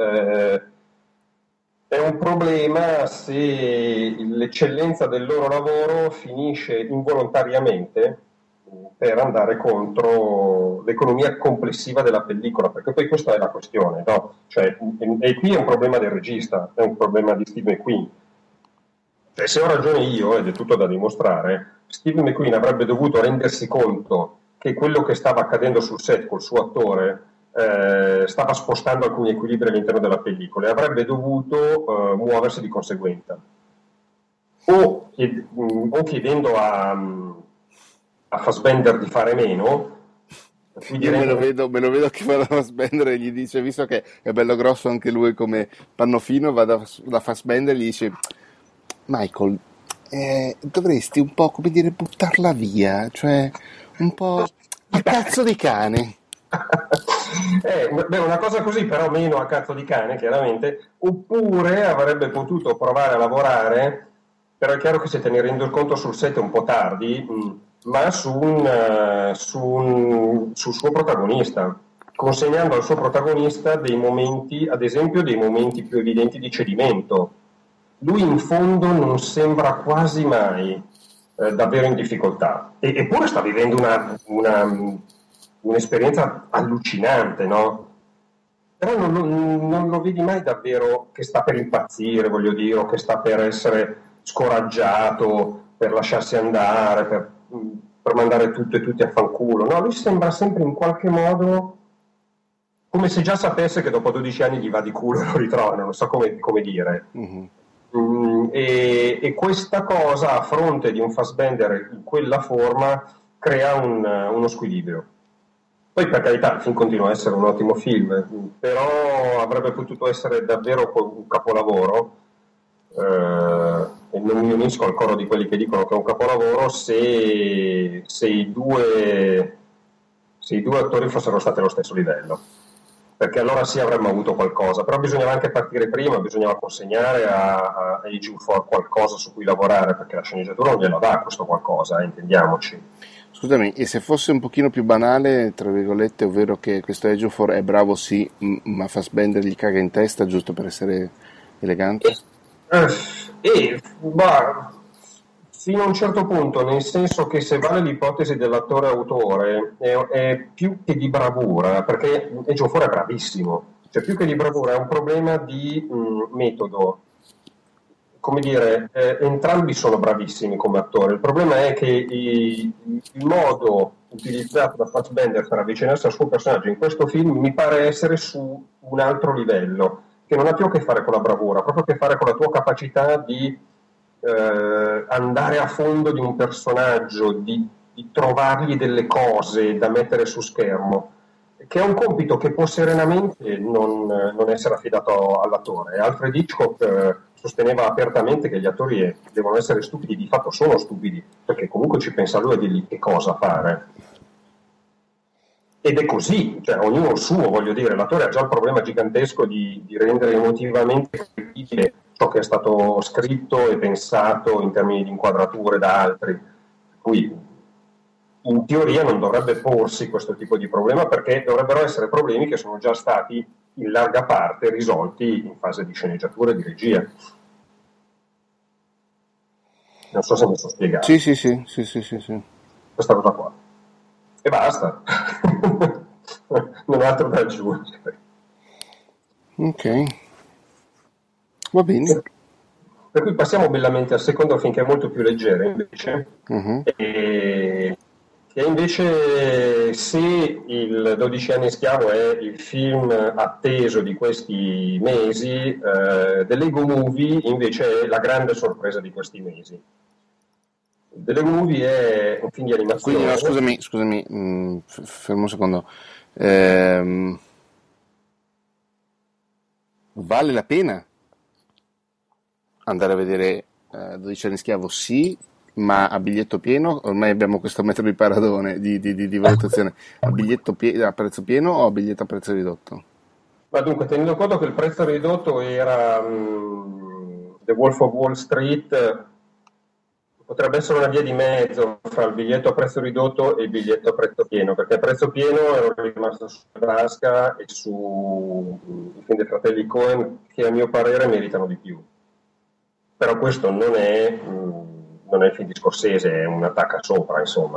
È un problema se l'eccellenza del loro lavoro finisce involontariamente per andare contro l'economia complessiva della pellicola, perché poi questa è la questione, no? Cioè, e qui è un problema del regista, è un problema di Steve McQueen. Cioè, se ho ragione io, ed è tutto da dimostrare, Steve McQueen avrebbe dovuto rendersi conto che quello che stava accadendo sul set col suo attore stava spostando alcuni equilibri all'interno della pellicola e avrebbe dovuto muoversi di conseguenza. O chiedendo a Fassbender di fare meno. Io me lo vedo che va da Fassbender e gli dice, visto che è bello grosso anche lui come Pannofino, va da Fassbender e gli dice: Michael, dovresti un po', come dire, buttarla via, cioè un po' a cazzo di cane. Una cosa così, però meno a cazzo di cane, chiaramente. Oppure avrebbe potuto provare a lavorare, però è chiaro che se te ne rendi conto sul set è un po' tardi, ma sul suo protagonista, consegnando al suo protagonista dei momenti, ad esempio dei momenti più evidenti di cedimento. Lui in fondo non sembra quasi mai davvero in difficoltà, eppure sta vivendo un'esperienza allucinante, no? Però non lo vedi mai davvero che sta per impazzire, voglio dire, o che sta per essere scoraggiato, per lasciarsi andare, per mandare tutto e tutti a fanculo. No, lui sembra sempre in qualche modo come se già sapesse che dopo 12 anni gli va di culo e lo ritrova, non so come dire. Mm-hmm. E questa cosa, a fronte di un Fassbender in quella forma, crea uno squilibrio. Poi, per carità, il film continua a essere un ottimo film, però avrebbe potuto essere davvero un capolavoro, e non mi unisco al coro di quelli che dicono che è un capolavoro se i due attori fossero stati allo stesso livello, perché allora sì avremmo avuto qualcosa, però bisognava anche partire prima, bisognava consegnare a Ejiofor qualcosa su cui lavorare, perché la sceneggiatura non glielo dà questo qualcosa, intendiamoci. Scusami, e se fosse un pochino più banale, tra virgolette, ovvero che questo Ejiofor è bravo sì, ma Fassbender gli caga in testa giusto per essere elegante? Fino a un certo punto, nel senso che se vale l'ipotesi dell'attore autore è più che di bravura, perché Ejiofor è bravissimo, cioè più che di bravura è un problema di metodo. Come dire, entrambi sono bravissimi come attori, il problema è che il modo utilizzato da Fassbender per avvicinarsi al suo personaggio in questo film mi pare essere su un altro livello, che non ha più a che fare con la bravura, ha proprio a che fare con la tua capacità di andare a fondo di un personaggio, di trovargli delle cose da mettere su schermo, che è un compito che può serenamente non essere affidato all'attore. Alfred Hitchcock sosteneva apertamente che gli attori devono essere stupidi, di fatto sono stupidi, perché comunque ci pensa lui a dirgli che cosa fare. Ed è così, cioè ognuno il suo, voglio dire, l'attore ha già il problema gigantesco di rendere emotivamente credibile ciò che è stato scritto e pensato in termini di inquadrature da altri. Qui in teoria non dovrebbe porsi questo tipo di problema, perché dovrebbero essere problemi che sono già stati in larga parte risolti in fase di sceneggiatura e di regia. Non so se mi sono spiegato. Sì. Questa cosa qua. E basta. Non ho altro da aggiungere. Ok, va bene. Per cui passiamo bellamente al secondo film, che è molto più leggero invece, e che invece, se il 12 anni schiavo è il film atteso di questi mesi, The Lego Movie invece è la grande sorpresa di questi mesi. The Lego Movie è un film di animazione. Quindi, no, scusami, fermo un secondo. Vale la pena andare a vedere 12 anni schiavo? Sì, ma a biglietto pieno? Ormai abbiamo questo metodo di paragone, di valutazione. A prezzo pieno o a biglietto a prezzo ridotto? Ma dunque, tenendo conto che il prezzo ridotto era The Wolf of Wall Street, potrebbe essere una via di mezzo fra il biglietto a prezzo ridotto e il biglietto a prezzo pieno, perché a prezzo pieno ero rimasto su Nebraska e su i film dei fratelli Coen, che a mio parere meritano di più. Però questo non è il film di Scorsese, è una tacca sopra, insomma.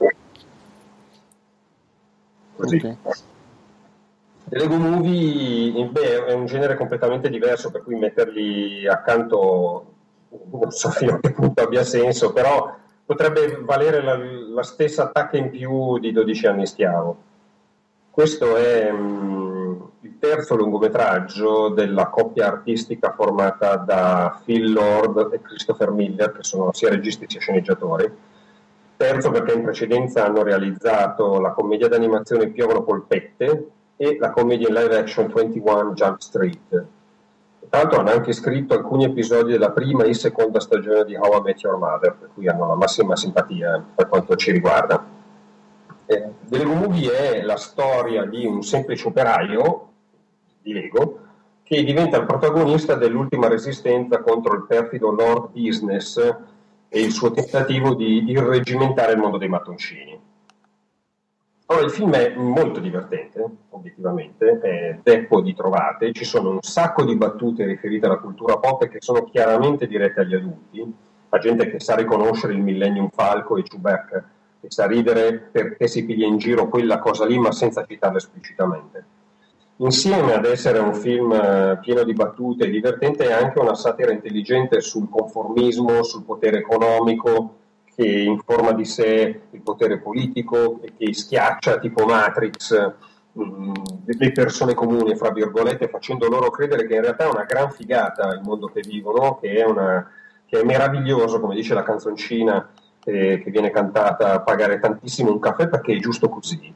Così. Okay. The Lego Movie è un genere completamente diverso, per cui metterli accanto non so fino a che punto abbia senso, però potrebbe valere la stessa tacca in più di 12 anni schiavo. Questo è il terzo lungometraggio della coppia artistica formata da Phil Lord e Christopher Miller, che sono sia registi sia sceneggiatori. Terzo perché in precedenza hanno realizzato la commedia d'animazione Piovono polpette e la commedia in live action 21 Jump Street. Tra l'altro hanno anche scritto alcuni episodi della prima e seconda stagione di How I Met Your Mother, per cui hanno la massima simpatia per quanto ci riguarda. The Lego Movie è la storia di un semplice operaio di Lego che diventa il protagonista dell'ultima resistenza contro il perfido Lord Business e il suo tentativo di irreggimentare il mondo dei mattoncini. Allora, il film è molto divertente, obiettivamente, è deppo di trovate, ci sono un sacco di battute riferite alla cultura pop che sono chiaramente dirette agli adulti, a gente che sa riconoscere il Millennium Falco e Chewbacca, che sa ridere perché si piglia in giro quella cosa lì, ma senza citarla esplicitamente. Insieme ad essere un film pieno di battute e divertente, è anche una satira intelligente sul conformismo, sul potere economico, che informa di sé il potere politico e che schiaccia, tipo Matrix, le persone comuni, fra virgolette, facendo loro credere che in realtà è una gran figata il mondo che vivono, che è meraviglioso, come dice la canzoncina che viene cantata, pagare tantissimo un caffè perché è giusto così.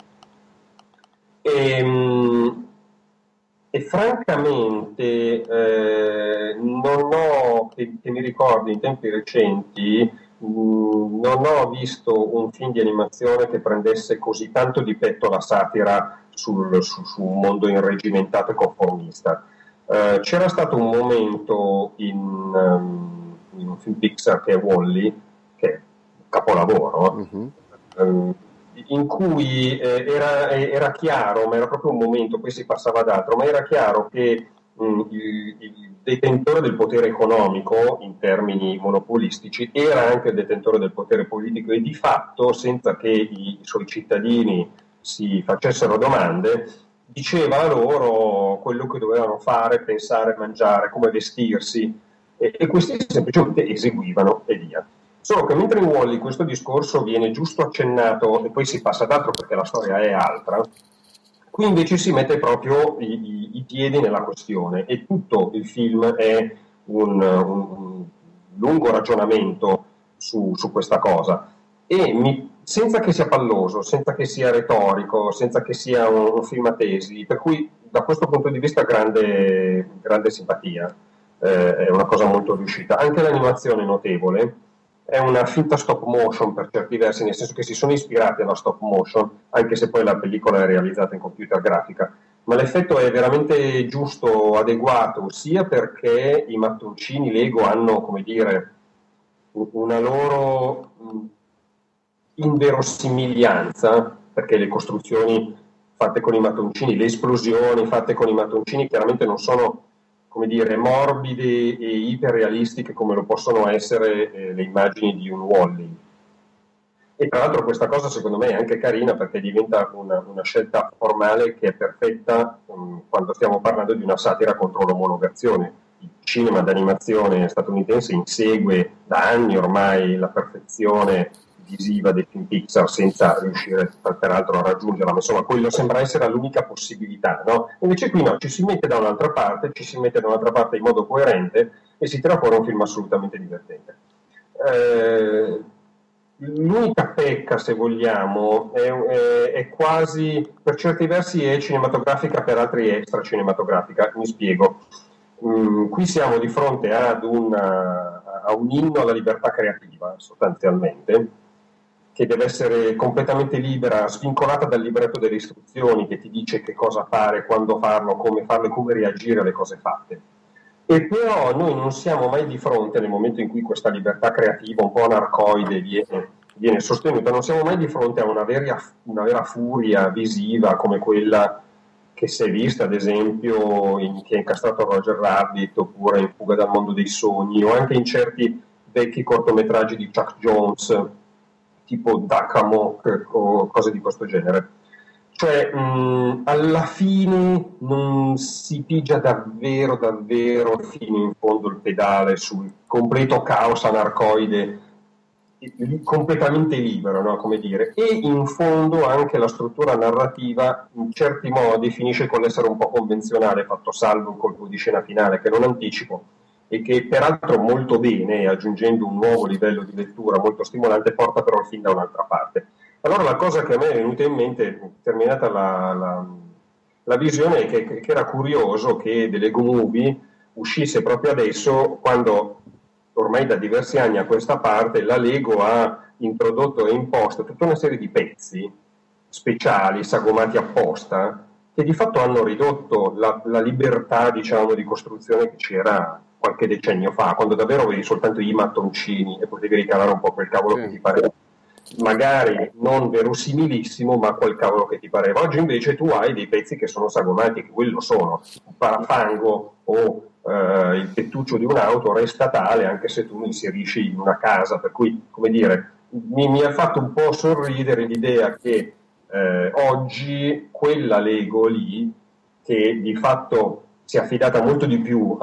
E francamente non ho, che mi ricordi in tempi recenti, non ho visto un film di animazione che prendesse così tanto di petto la satira su un mondo irregimentato e conformista. C'era stato un momento in un film Pixar che è Wall-E, che è un capolavoro, in cui era chiaro, ma era proprio un momento, poi si passava ad altro, ma era chiaro che il detentore del potere economico in termini monopolistici era anche il detentore del potere politico e di fatto, senza che i suoi cittadini si facessero domande, diceva loro quello che dovevano fare, pensare, mangiare, come vestirsi, e questi semplicemente eseguivano e via. Solo che mentre in Wall-E questo discorso viene giusto accennato e poi si passa ad altro perché la storia è altra, qui invece si mette proprio i piedi nella questione e tutto il film è un lungo ragionamento su questa cosa e senza che sia palloso, senza che sia retorico, senza che sia un film a tesi, per cui da questo punto di vista grande simpatia, è una cosa molto riuscita. Anche l'animazione è notevole. È una finta stop motion per certi versi, nel senso che si sono ispirati alla stop motion, anche se poi la pellicola è realizzata in computer grafica, ma l'effetto è veramente giusto, adeguato, sia perché i mattoncini Lego hanno, come dire, una loro inverosimiglianza, perché le costruzioni fatte con i mattoncini, le esplosioni fatte con i mattoncini chiaramente non sono, come dire, morbide e iperrealistiche come lo possono essere le immagini di un Wall-E. E tra l'altro questa cosa secondo me è anche carina perché diventa una scelta formale che è perfetta quando stiamo parlando di una satira contro l'omologazione. Il cinema d'animazione statunitense insegue da anni ormai la perfezione visiva dei film Pixar senza riuscire peraltro a raggiungerla, ma insomma quello sembra essere l'unica possibilità, no? Invece qui no, ci si mette da un'altra parte in modo coerente e si tira fuori un film assolutamente divertente. L'unica pecca, se vogliamo, è quasi, per certi versi è cinematografica, per altri è extra cinematografica. Mi spiego. Qui siamo di fronte a un inno alla libertà creativa, sostanzialmente, che deve essere completamente libera, svincolata dal libretto delle istruzioni che ti dice che cosa fare, quando farlo, come reagire alle cose fatte. E però noi non siamo mai di fronte, nel momento in cui questa libertà creativa un po' anarcoide viene sostenuta, non siamo mai di fronte a una vera furia visiva come quella che si è vista ad esempio che ha incastrato Roger Rabbit, oppure in Fuga dal mondo dei sogni, o anche in certi vecchi cortometraggi di Chuck Jones tipo Duck Amok o cose di questo genere. Cioè, alla fine non si pigia davvero fino in fondo il pedale sul completo caos anarcoide, completamente libero, no? Come dire. E in fondo anche la struttura narrativa in certi modi finisce con l'essere un po' convenzionale, fatto salvo un colpo di scena finale che non anticipo e che peraltro molto bene, aggiungendo un nuovo livello di lettura molto stimolante, porta però il film da un'altra parte. Allora la cosa che a me è venuta in mente, terminata la visione, è che era curioso che The Lego Movie uscisse proprio adesso, quando ormai da diversi anni a questa parte la Lego ha introdotto e imposto tutta una serie di pezzi speciali, sagomati apposta, che di fatto hanno ridotto la libertà, diciamo, di costruzione che c'era qualche decennio fa, quando davvero avevi soltanto i mattoncini e potevi ricavare un po' quel cavolo che ti pareva, magari non verosimilissimo, ma quel cavolo che ti pareva. Oggi invece tu hai dei pezzi che sono sagomati, che quello sono. Un parafango o il tettuccio di un'auto resta tale anche se tu lo inserisci in una casa, per cui, come dire, mi ha fatto un po' sorridere l'idea che oggi quella Lego lì, che di fatto si è affidata molto di più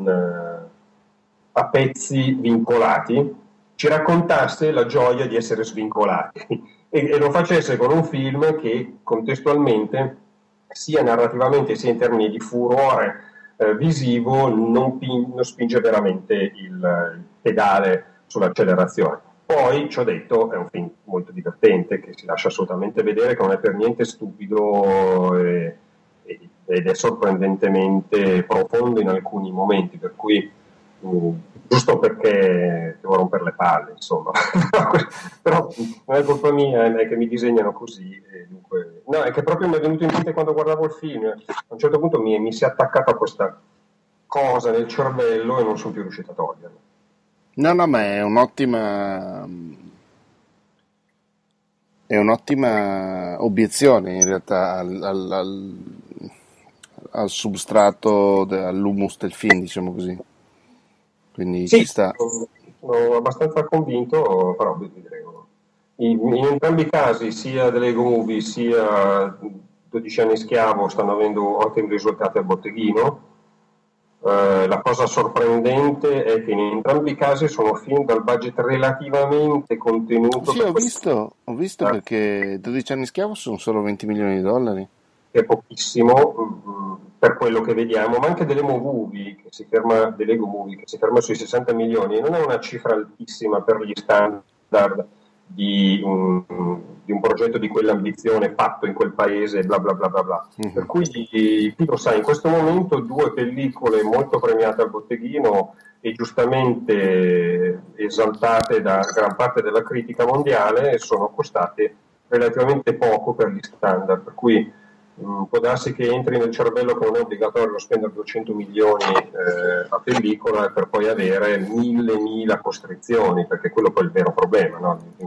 a pezzi vincolati, ci raccontasse la gioia di essere svincolati e lo facesse con un film che contestualmente, sia narrativamente sia in termini di furore visivo, non spinge veramente il pedale sull'accelerazione. Poi, ci ho detto, è un film molto divertente, che si lascia assolutamente vedere, che non è per niente stupido ed è sorprendentemente profondo in alcuni momenti, per cui giusto perché devo rompere le palle, insomma. Però non è colpa mia, è che mi disegnano così, e dunque... No, è che proprio mi è venuto in mente quando guardavo il film, a un certo punto mi si è attaccata questa cosa nel cervello e non sono più riuscito a toglierla. No, ma è un'ottima obiezione in realtà al substrato, all'humus del film, diciamo così. Quindi sì, ci sta. Sono abbastanza convinto, però vedremo. In entrambi i casi, sia The Lego Movie sia 12 anni schiavo, stanno avendo ottimi risultati al botteghino. La cosa sorprendente è che in entrambi i casi sono film dal budget relativamente contenuto. Sì, ho visto perché 12 anni schiavo sono solo 20 milioni di dollari. È pochissimo per quello che vediamo, ma anche The Lego Movie che si ferma sui 60 milioni, non è una cifra altissima per gli standard di un progetto di quell'ambizione fatto in quel paese, bla bla bla bla bla. Mm-hmm. Per cui chi lo sa, in questo momento 2 pellicole molto premiate al botteghino e giustamente esaltate da gran parte della critica mondiale sono costate relativamente poco per gli standard, per cui può darsi che entri nel cervello che non è obbligatorio spendere 200 milioni a pellicola per poi avere mille costrizioni, perché quello poi è il vero problema, no?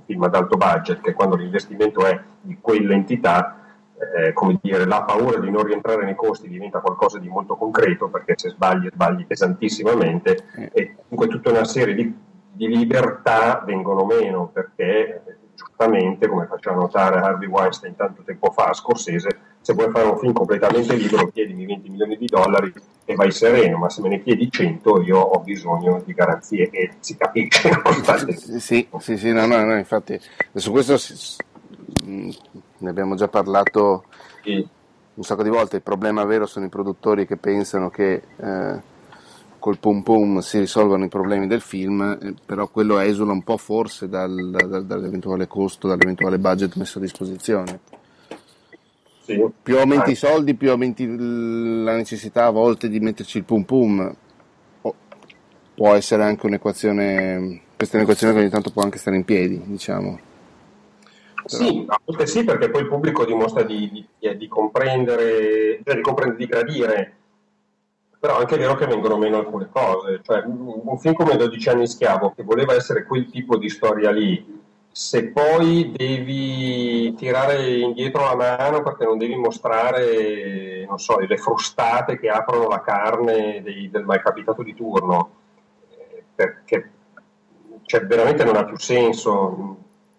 un film ad alto budget, che quando l'investimento è di quell'entità, come dire, la paura di non rientrare nei costi diventa qualcosa di molto concreto, perché se sbagli pesantissimamente, e comunque tutta una serie di libertà vengono meno, perché giustamente, come faceva notare Harvey Weinstein tanto tempo fa a Scorsese, se vuoi fare un film completamente libero chiedimi 20 milioni di dollari e vai sereno, ma se me ne chiedi 100 io ho bisogno di garanzie, e si capisce. Sì, no, infatti su questo ne abbiamo già parlato un sacco di volte. Il problema vero sono i produttori che pensano che col pum pum si risolvono i problemi del film, però quello esula un po' forse dall'eventuale costo, dall'eventuale budget messo a disposizione. Sì. Più aumenti i soldi, più aumenti la necessità a volte di metterci il pum pum. Può essere anche un'equazione, questa è un'equazione che ogni tanto può anche stare in piedi, diciamo. Però... Sì, a volte sì, perché poi il pubblico dimostra di comprendere, cioè di gradire. Però anche è vero che vengono meno alcune cose, cioè un film come 12 anni schiavo, che voleva essere quel tipo di storia lì, se poi devi tirare indietro la mano perché non devi mostrare, non so, le frustate che aprono la carne del malcapitato di turno, perché cioè, veramente non ha più senso,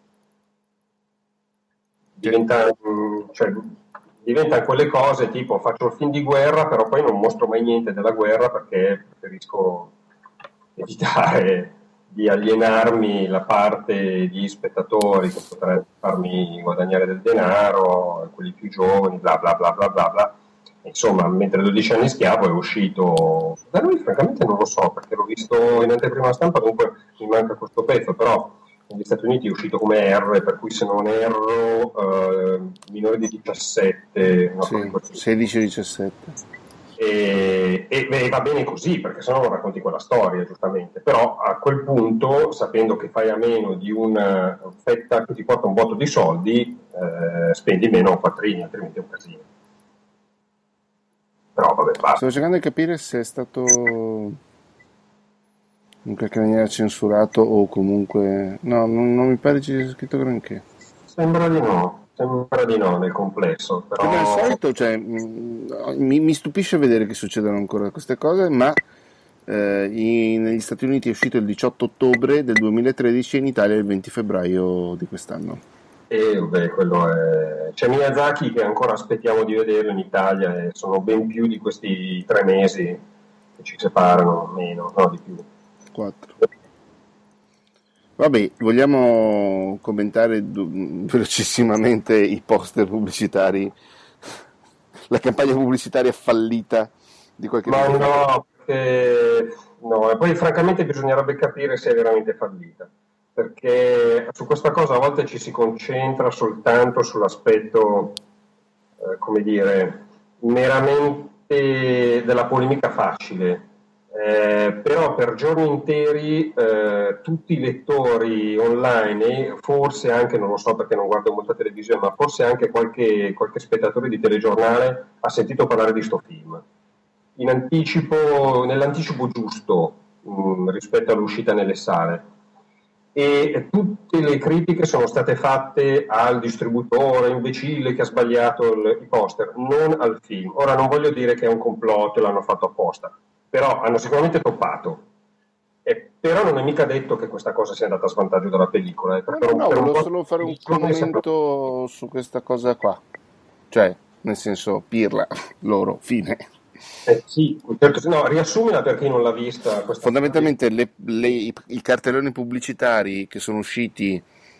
diventano quelle cose tipo faccio il film di guerra però poi non mostro mai niente della guerra perché preferisco evitare di alienarmi la parte di spettatori che potrebbe farmi guadagnare del denaro, quelli più giovani, bla bla bla bla bla bla. Insomma, mentre 12 anni schiavo è uscito da noi, francamente non lo so perché l'ho visto in anteprima stampa, comunque mi manca questo pezzo, però negli Stati Uniti è uscito come R, per cui se non erro minore di 17, sì, 16-17. E va bene così, perché sennò non racconti quella storia, giustamente. Però a quel punto, sapendo che fai a meno di una fetta che ti porta un botto di soldi, spendi meno quattrini, altrimenti è un casino. Però vabbè, basta. Stavo cercando di capire se è stato in qualche maniera censurato o comunque... No, non mi pare ci sia scritto granché. Sembra di no nel complesso, però... Come al solito, cioè, mi stupisce vedere che succedano ancora queste cose, ma negli Stati Uniti è uscito il 18 ottobre del 2013 e in Italia il 20 febbraio di quest'anno. Quello è... C'è Miyazaki che ancora aspettiamo di vederlo in Italia e sono ben più di questi 3 mesi che ci separano, meno, no, di più. 4. Vabbè, vogliamo commentare velocissimamente i poster pubblicitari, la campagna pubblicitaria fallita di qualche tempo fa? No, e poi francamente bisognerebbe capire se è veramente fallita, perché su questa cosa a volte ci si concentra soltanto sull'aspetto, come dire, meramente della polemica facile. Però per giorni interi tutti i lettori online, forse anche, non lo so perché non guardo molta televisione, ma forse anche qualche spettatore di telegiornale ha sentito parlare di sto film in anticipo, nell'anticipo giusto rispetto all'uscita nelle sale, e tutte le critiche sono state fatte al distributore imbecille che ha sbagliato i poster, non al film. Ora non voglio dire che è un complotto e l'hanno fatto apposta, però hanno sicuramente toppato. Però non è mica detto che questa cosa sia andata a svantaggio della pellicola. Volevo solo fare un commento su questa cosa qua. Cioè, nel senso, pirla, loro, fine. Sì, certo, no, riassumila per chi non l'ha vista. Fondamentalmente i cartelloni pubblicitari che sono usciti,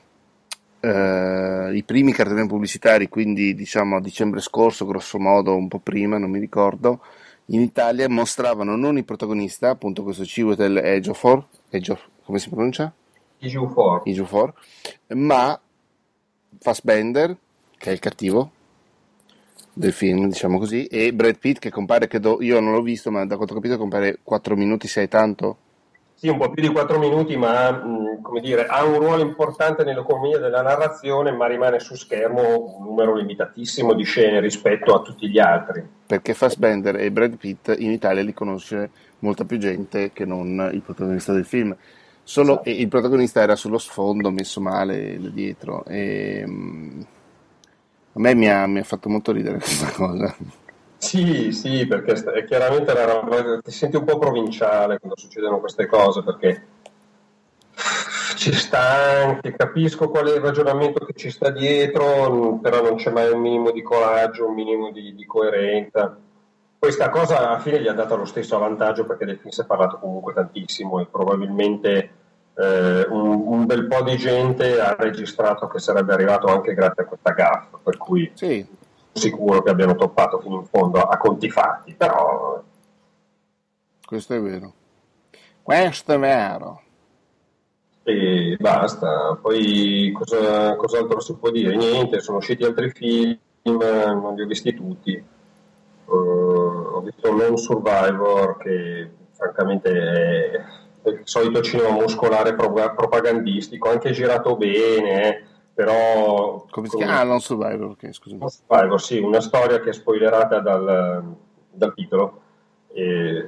i primi cartelloni pubblicitari, quindi diciamo a dicembre scorso, grosso modo, un po' prima, non mi ricordo, in Italia mostravano non il protagonista, appunto questo Chiwetel Ejiofor, come si pronuncia? Ejiofor, ma Fassbender, che è il cattivo del film, diciamo così, e Brad Pitt che compare, io non l'ho visto, ma da quanto ho capito compare 4 minuti, se è tanto? Sì, un po' più di 4 minuti, ma come dire, ha un ruolo importante nell'economia della narrazione, ma rimane su schermo un numero limitatissimo di scene rispetto a tutti gli altri. Perché Fassbender e Brad Pitt in Italia li conosce molta più gente che non il protagonista del film. Solo, e il protagonista era sullo sfondo, messo male da dietro. E, a me mi ha fatto molto ridere questa cosa. Sì, perché chiaramente ti senti un po' provinciale quando succedono queste cose, perché ci sta anche, capisco qual è il ragionamento che ci sta dietro, però non c'è mai un minimo di coraggio, un minimo di coerenza. Questa cosa alla fine gli ha dato lo stesso vantaggio perché del film si è parlato comunque tantissimo e probabilmente un bel po' di gente ha registrato che sarebbe arrivato anche grazie a questa gaffa, per cui Sì, sicuro che abbiano toppato fino in fondo a conti fatti, però questo è vero. Questo è vero. e basta. Poi cos'altro si può dire? Niente, sono usciti altri film, non li ho visti tutti. Ho visto Non Survivor che francamente è il solito cinema muscolare propagandistico, anche girato bene, però Come si chiama? Ah, Non Survivor, ok, scusami. Non Survivor, sì, una storia che è spoilerata dal titolo. E,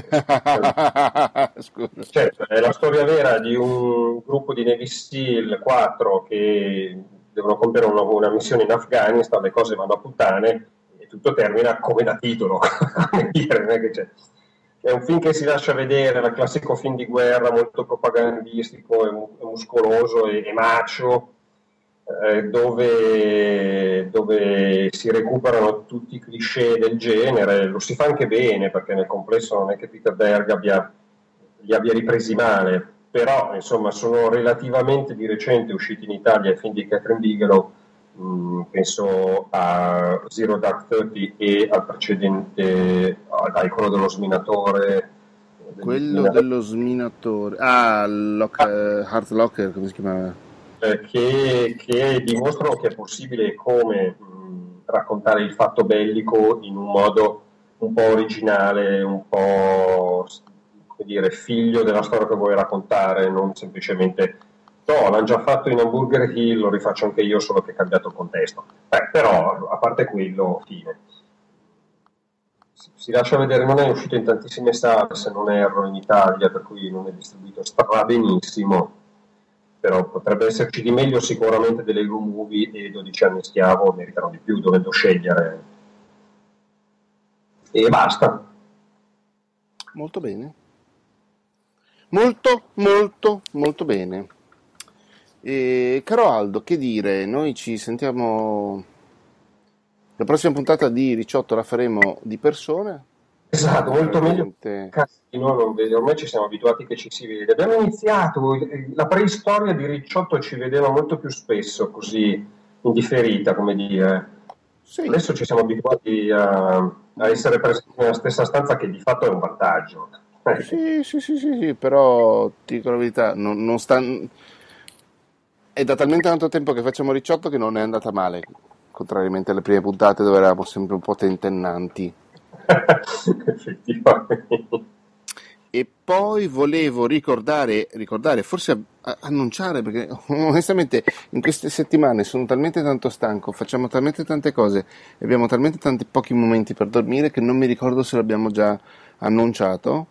Scusa. cioè, è la storia vera di un gruppo di Navy SEAL 4 che devono compiere una missione in Afghanistan, le cose vanno a puttane e tutto termina come da titolo. Come dire, non è che c'è. È un film che si lascia vedere, il classico film di guerra molto propagandistico e muscoloso e macho, dove si recuperano tutti i cliché del genere. Lo si fa anche bene perché nel complesso non è che Peter Berg li abbia ripresi male, però insomma sono relativamente di recente usciti in Italia i film di Catherine Bigelow, penso a Zero Dark Thirty e al precedente, quello dello sminatore. Quello dello sminatore. Ah, Heart Locker, come si chiamava? Che dimostrano che è possibile come raccontare il fatto bellico in un modo un po' originale, un po' come dire, figlio della storia che vuoi raccontare, non semplicemente no, l'hanno già fatto in Hamburger Hill, lo rifaccio anche io, solo che è cambiato il contesto. Però, a parte quello, fine. Si lascia vedere, non è uscito in tantissime sale, se non erro, in Italia, per cui non è distribuito benissimo, però potrebbe esserci di meglio sicuramente delle Lego Movie e 12 anni schiavo meritano di più, dovendo scegliere. E basta. Molto bene. Molto, molto, molto bene. E, caro Aldo, che dire, noi ci sentiamo. La prossima puntata di Ricciotto la faremo di persona. Esatto, molto meglio. Probabilmente. Cassino, non vede, ormai ci siamo abituati che ci si vede. Abbiamo iniziato, la preistoria di Ricciotto ci vedeva molto più spesso, così indifferita, come dire. Sì, Adesso ci siamo abituati a essere presenti nella stessa stanza, che di fatto è un vantaggio. sì, però ti dico la verità, non sta. È da talmente tanto tempo che facciamo Ricciotto che non è andata male, contrariamente alle prime puntate dove eravamo sempre un po' tentennanti. Effettivamente. E poi volevo ricordare, forse annunciare, perché onestamente in queste settimane sono talmente tanto stanco, facciamo talmente tante cose e abbiamo talmente tanti pochi momenti per dormire che non mi ricordo se l'abbiamo già annunciato.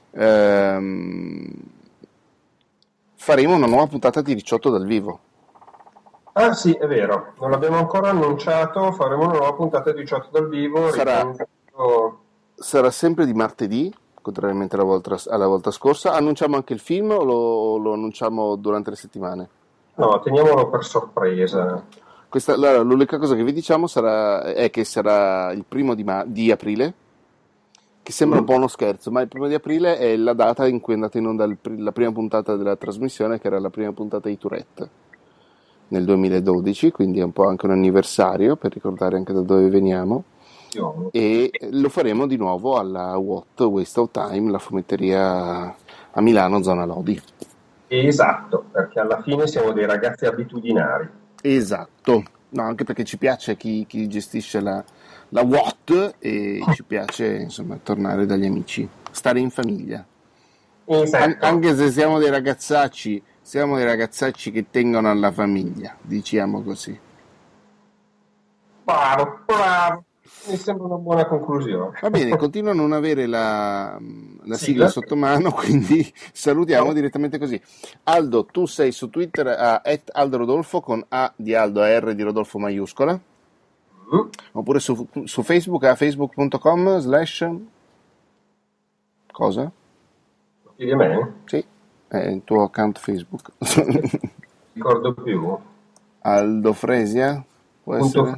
Faremo una nuova puntata di Ricciotto dal vivo. Ah sì, è vero, non l'abbiamo ancora annunciato, faremo una nuova puntata di 18 dal vivo. Sarà sempre di martedì, contrariamente alla volta scorsa. Annunciamo anche il film o lo annunciamo durante le settimane? No, teniamolo per sorpresa. L'unica cosa che vi diciamo è che sarà il 1° di aprile, che sembra un po' uno scherzo, ma il 1° di aprile è la data in cui è andata in onda la prima puntata della trasmissione, che era la prima puntata di Tourette nel 2012, quindi è un po' anche un anniversario per ricordare anche da dove veniamo. E lo faremo di nuovo alla Waste of Time, la fumetteria a Milano, zona Lodi. Esatto, perché alla fine siamo dei ragazzi abitudinari. Esatto, no, anche perché ci piace chi gestisce la Watt e ci piace insomma tornare dagli amici, stare in famiglia. Esatto. Anche se siamo dei ragazzacci che tengono alla famiglia, diciamo così. Bravo. Mi sembra una buona conclusione. Va bene, continuo a non avere la sigla sotto mano, quindi salutiamo direttamente così. Aldo, tu sei su Twitter a @aldorodolfo con A di Aldo a R di Rodolfo maiuscola, oppure su Facebook a facebook.com/ cosa? Chiedi a me? Sì, è il tuo account Facebook. Ricordo più. Aldo Fresia? Può essere?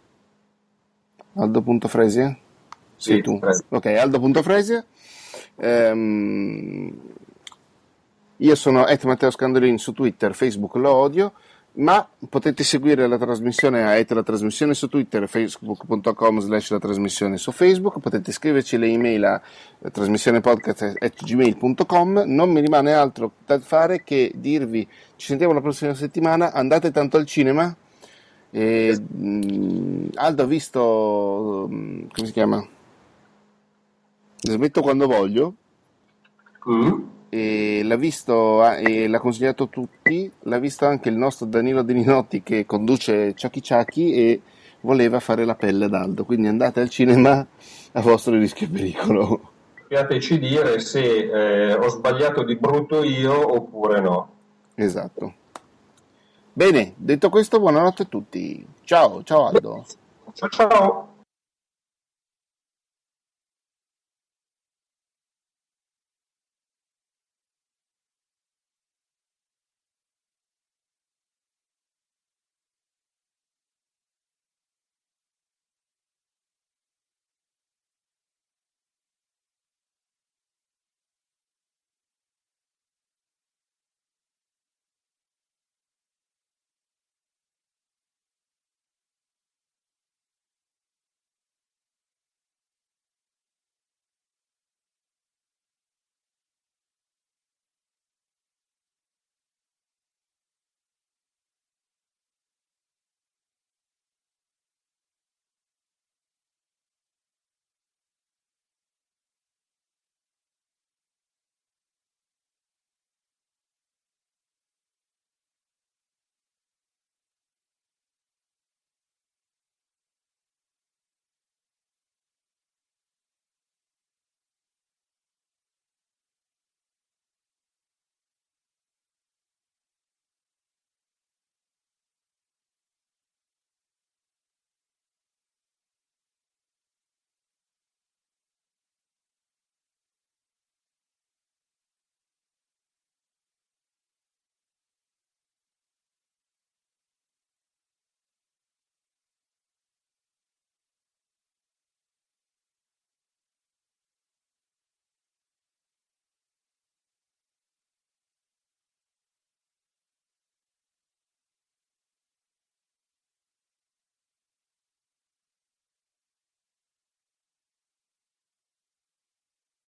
Aldo.fresia? Sei tu. Ok, Aldo.fresia. Io sono Matteo Scandolin su Twitter, Facebook lo odio, ma potete seguire la trasmissione a la trasmissione su Twitter, facebook.com/la trasmissione su Facebook, potete scriverci le email a trasmissionepodcast@gmail.com. Non mi rimane altro da fare che dirvi ci sentiamo la prossima settimana, andate tanto al cinema. Aldo ha visto, come si chiama? Smetto quando voglio, e l'ha visto e l'ha consigliato a tutti, l'ha visto anche il nostro Danilo De Ninotti che conduce Chucky Chucky e voleva fare la pelle ad Aldo, quindi andate al cinema a vostro rischio e pericolo. Sappiateci dire se ho sbagliato di brutto io oppure no. Esatto. Bene, detto questo, buonanotte a tutti. Ciao Aldo. Ciao.